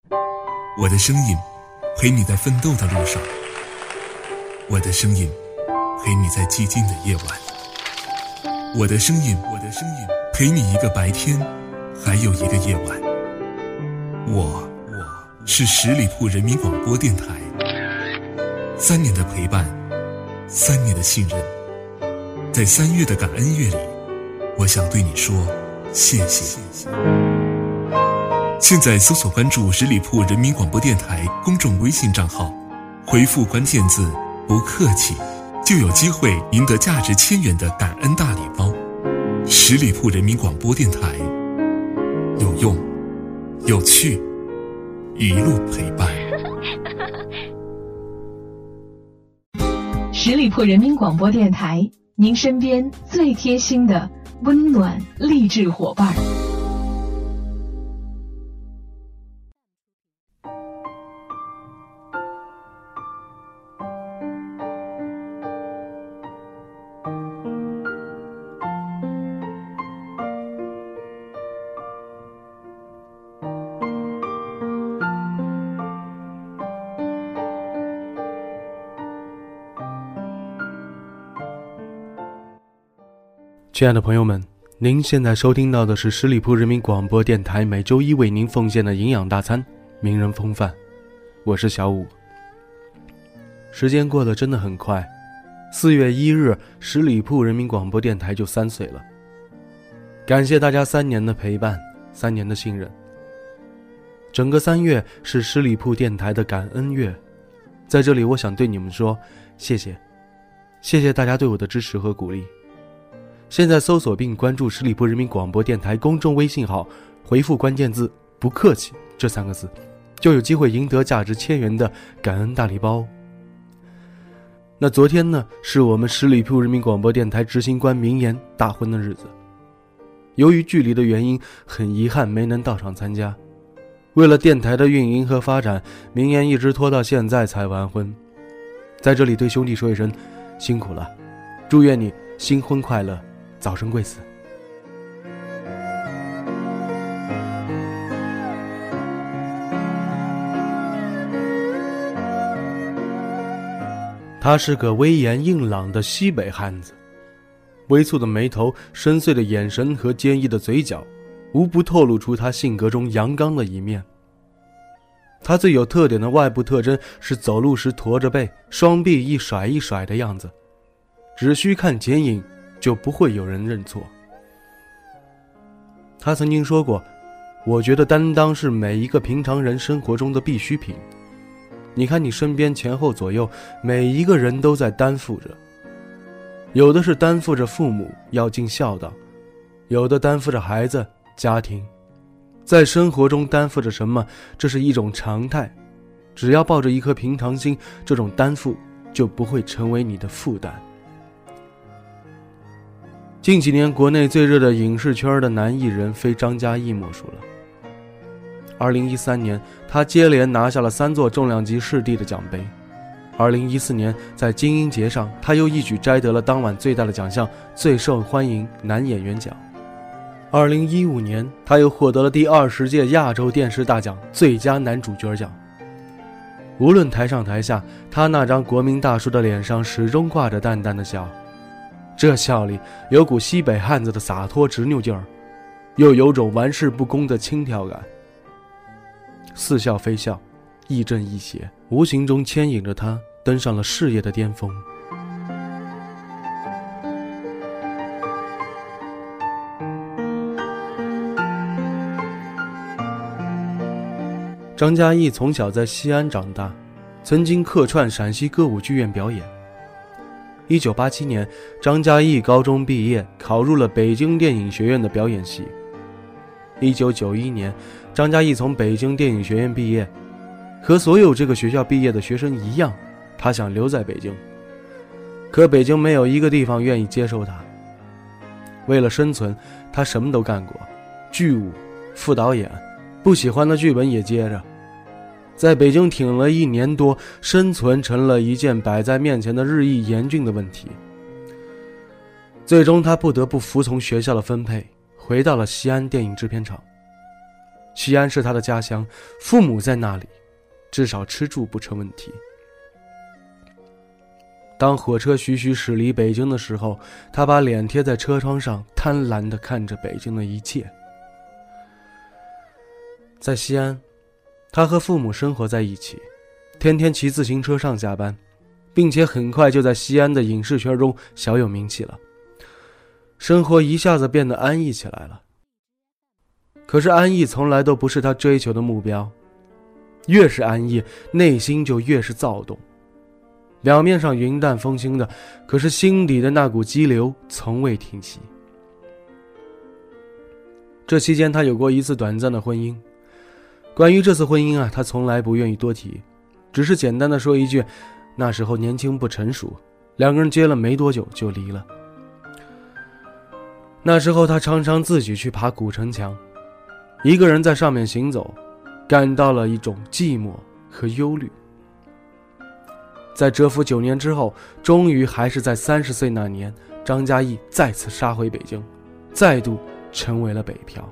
我的声音陪你在奋斗的路上，我的声音陪你在寂静的夜晚，我的声音陪你一个白天，还有一个夜晚。我是十里铺人民广播电台，3年的陪伴，3年的信任。在3月的感恩月里，我想对你说谢谢。现在搜索关注十里铺人民广播电台公众微信账号，回复关键字不客气，就有机会赢得价值1000元的感恩大礼包。十里铺人民广播电台，有用有趣，一路陪伴。 十里铺人民广播电台，您身边最贴心的温暖励志伙伴。 亲爱的朋友们，您现在收听到的是十里铺人民广播电台每周一为您奉献的营养大餐名人风范，我是小武。时间过得真的很快，4月1日十里铺人民广播电台就3岁了。感谢大家3年的陪伴，3年的信任。整个3月是十里铺电台的感恩月，在这里我想对你们说谢谢，谢谢大家对我的支持和鼓励。现在搜索并关注十里铺人民广播电台公众微信号，回复关键字不客气这3个字，就有机会赢得价值1000元的感恩大礼包。那昨天呢，是我们十里铺人民广播电台执行官明言大婚的日子，由于距离的原因，很遗憾没能到场参加。为了电台的运营和发展，明言一直拖到现在才完婚。在这里对兄弟说一声辛苦了，祝愿你新婚快乐，早生贵子。他是个威严硬朗的西北汉子，微蹙的眉头，深邃的眼神和坚毅的嘴角，无不透露出他性格中阳刚的一面。他最有特点的外部特征是走路时驼着背，双臂一甩一甩的样子，只需看剪影就不会有人认错。他曾经说过，我觉得担当是每一个平常人生活中的必需品。你看你身边前后左右，每一个人都在担负着，有的是担负着父母要尽孝道，有的担负着孩子家庭，在生活中担负着什么，这是一种常态。只要抱着一颗平常心，这种担负就不会成为你的负担。近几年国内最热的影视圈的男艺人非张嘉译莫属了。2013年他接连拿下了3座重量级视帝的奖杯。2014年在金鹰节上，他又一举摘得了当晚最大的奖项最受欢迎男演员奖。2015年他又获得了第20届亚洲电视大奖最佳男主角奖。无论台上台下，他那张国民大叔的脸上始终挂着淡淡的笑，这笑里有股西北汉子的洒脱执拗劲儿，又有种玩世不恭的轻佻感，似笑非笑，亦正亦邪，无形中牵引着他登上了事业的巅峰。张嘉译从小在西安长大，曾经客串陕西歌舞剧院表演。1987年，张嘉译高中毕业，考入了北京电影学院的表演系。1991年，张嘉译从北京电影学院毕业，和所有这个学校毕业的学生一样，他想留在北京，可北京没有一个地方愿意接受他。为了生存，他什么都干过，剧务、副导演，不喜欢的剧本也接着。在北京挺了1年多，生存成了一件摆在面前的日益严峻的问题。最终他不得不服从学校的分配，回到了西安电影制片厂。 西安是他的家乡，父母在那里，至少吃住不成问题。当火车徐徐驶离北京的时候，他把脸贴在车窗上，贪婪地看着北京的一切。在西安，他和父母生活在一起，天天骑自行车上下班，并且很快就在西安的影视圈中小有名气了。生活一下子变得安逸起来了。可是安逸从来都不是他追求的目标，越是安逸，内心就越是躁动。表面上云淡风轻的，可是心底的那股激流从未停息。这期间他有过一次短暂的婚姻，关于这次婚姻他从来不愿意多提，只是简单的说一句，那时候年轻不成熟，两个人结了没多久就离了。那时候他常常自己去爬古城墙，一个人在上面行走，感到了一种寂寞和忧虑。在蛰伏9年之后，终于还是在30岁那年，张嘉译再次杀回北京，再度成为了北漂。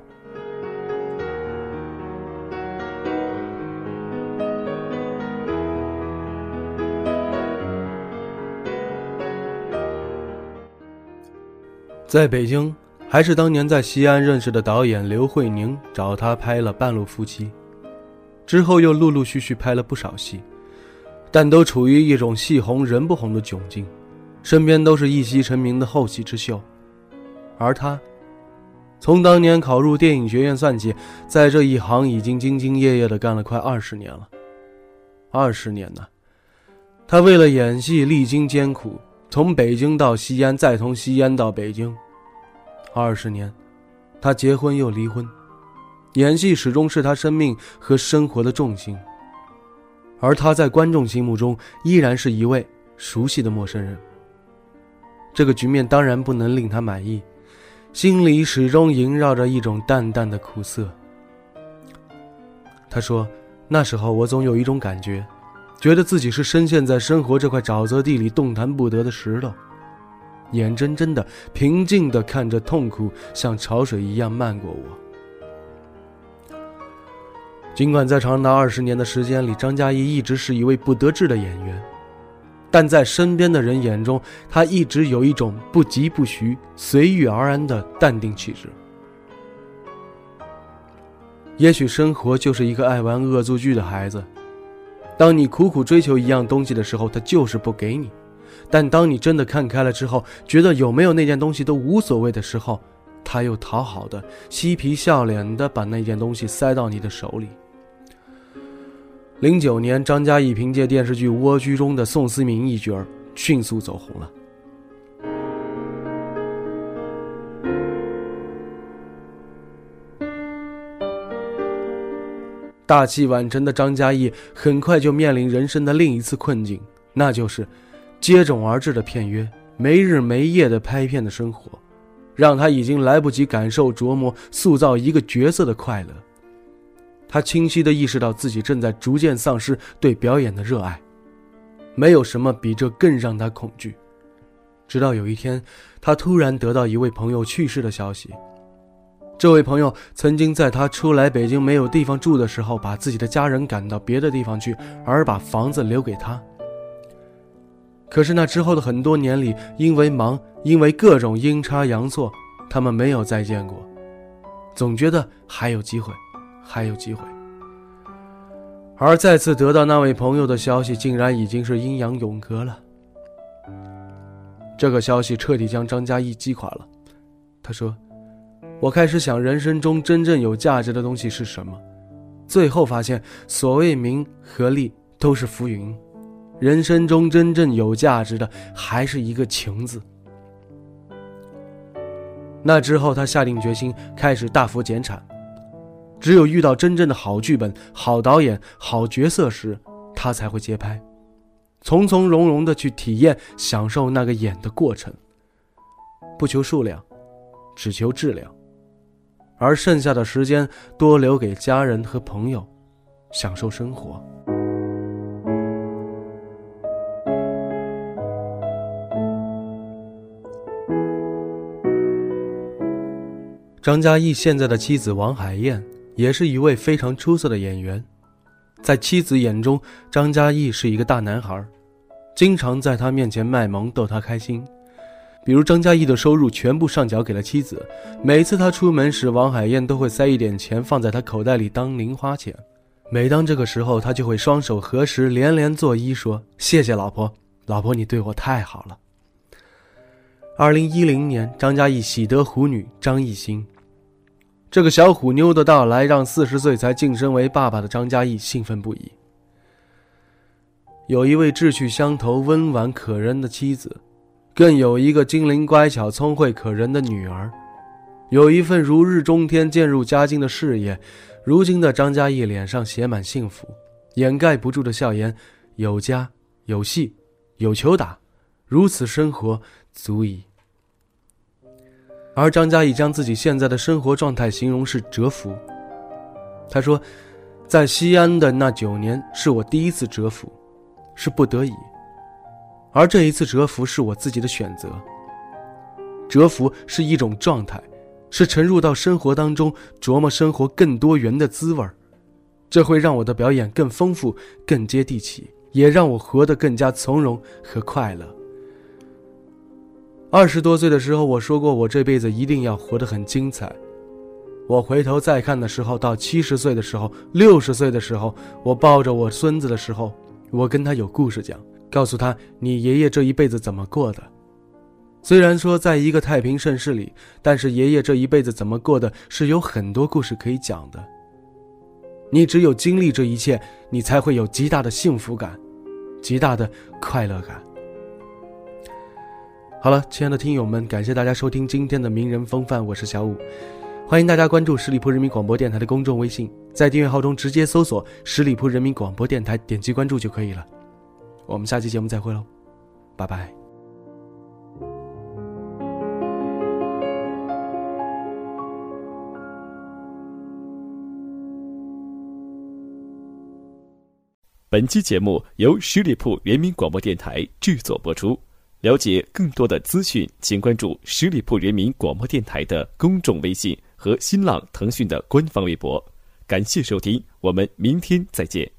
在北京，还是当年在西安认识的导演刘慧宁找他拍了《半路夫妻》，之后又陆陆续续拍了不少戏，但都处于一种戏红人不红的窘境，身边都是一夕成名的后起之秀。而他从当年考入电影学院算起，在这一行已经兢兢业业地干了快20年了。20年呢，他为了演戏历经艰苦，从北京到西安，再从西安到北京。20年，他结婚又离婚，演戏始终是他生命和生活的重心。而他在观众心目中依然是一位熟悉的陌生人。这个局面当然不能令他满意，心里始终萦绕着一种淡淡的苦涩。他说，那时候我总有一种感觉，觉得自己是深陷在生活这块沼泽地里动弹不得的石头，眼睁睁的平静地看着痛苦像潮水一样漫过我。尽管在长达20年的时间里，张嘉译一直是一位不得志的演员，但在身边的人眼中，他一直有一种不疾不徐、随遇而安的淡定气质。也许生活就是一个爱玩恶作剧的孩子，当你苦苦追求一样东西的时候，他就是不给你，但当你真的看开了之后，觉得有没有那件东西都无所谓的时候，他又讨好的嬉皮笑脸的把那件东西塞到你的手里。09年，张嘉译凭借电视剧《蜗居》中的宋思明一角迅速走红了。大器晚成的张嘉译很快就面临人生的另一次困境，那就是接踵而至的片约，没日没夜的拍片的生活，让他已经来不及感受琢磨塑造一个角色的快乐。他清晰地意识到自己正在逐渐丧失对表演的热爱，没有什么比这更让他恐惧。直到有一天，他突然得到一位朋友去世的消息。这位朋友曾经在他初来北京没有地方住的时候，把自己的家人赶到别的地方去，而把房子留给他。可是那之后的很多年里，因为忙，因为各种阴差阳错，他们没有再见过。总觉得还有机会，还有机会。而再次得到那位朋友的消息，竟然已经是阴阳永隔了。这个消息彻底将张嘉译击垮了。他说，我开始想人生中真正有价值的东西是什么，最后发现所谓名和利都是浮云，人生中真正有价值的还是一个情字。那之后他下定决心开始大幅减产，只有遇到真正的好剧本、好导演、好角色时，他才会接拍，从从容容地去体验享受那个演的过程，不求数量，只求质量，而剩下的时间多留给家人和朋友，享受生活。张嘉译现在的妻子王海燕也是一位非常出色的演员。在妻子眼中，张嘉译是一个大男孩，经常在他面前卖萌逗他开心。比如张嘉译的收入全部上缴给了妻子，每次他出门时，王海燕都会塞一点钱放在他口袋里当零花钱。每当这个时候，他就会双手合十，连连作揖说：谢谢老婆，老婆你对我太好了。2010年，张嘉译喜得虎女张艺兴。这个小虎妞的到来让40岁才晋升为爸爸的张嘉译兴奋不已。有一位志趣相投、温婉可人的妻子，更有一个精灵乖巧、聪慧可人的女儿，有一份如日中天、渐入佳境的事业。如今的张嘉译脸上写满幸福，掩盖不住的笑颜，有家有戏有球打，如此生活足矣。而张嘉译将自己现在的生活状态形容是蛰伏。他说，在西安的那9年是我第一次蛰伏，是不得已，而这一次蛰伏是我自己的选择。蛰伏是一种状态，是沉入到生活当中，琢磨生活更多元的滋味，这会让我的表演更丰富、更接地气，也让我活得更加从容和快乐。20多岁的时候，我说过我这辈子一定要活得很精彩。我回头再看的时候，到70岁的时候、60岁的时候，我抱着我孙子的时候，我跟他有故事讲，告诉他你爷爷这一辈子怎么过的。虽然说在一个太平盛世里，但是爷爷这一辈子怎么过的是有很多故事可以讲的。你只有经历这一切，你才会有极大的幸福感，极大的快乐感。好了，亲爱的听友们，感谢大家收听今天的名人风范，我是小武。欢迎大家关注十里铺人民广播电台的公众微信，在订阅号中直接搜索十里铺人民广播电台，点击关注就可以了。我们下期节目再会喽，拜拜。 本期节目由十里铺人民广播电台制作播出。了解更多的资讯，请关注十里铺人民广播电台的公众微信和新浪、腾讯的官方微博。感谢收听，我们明天再见。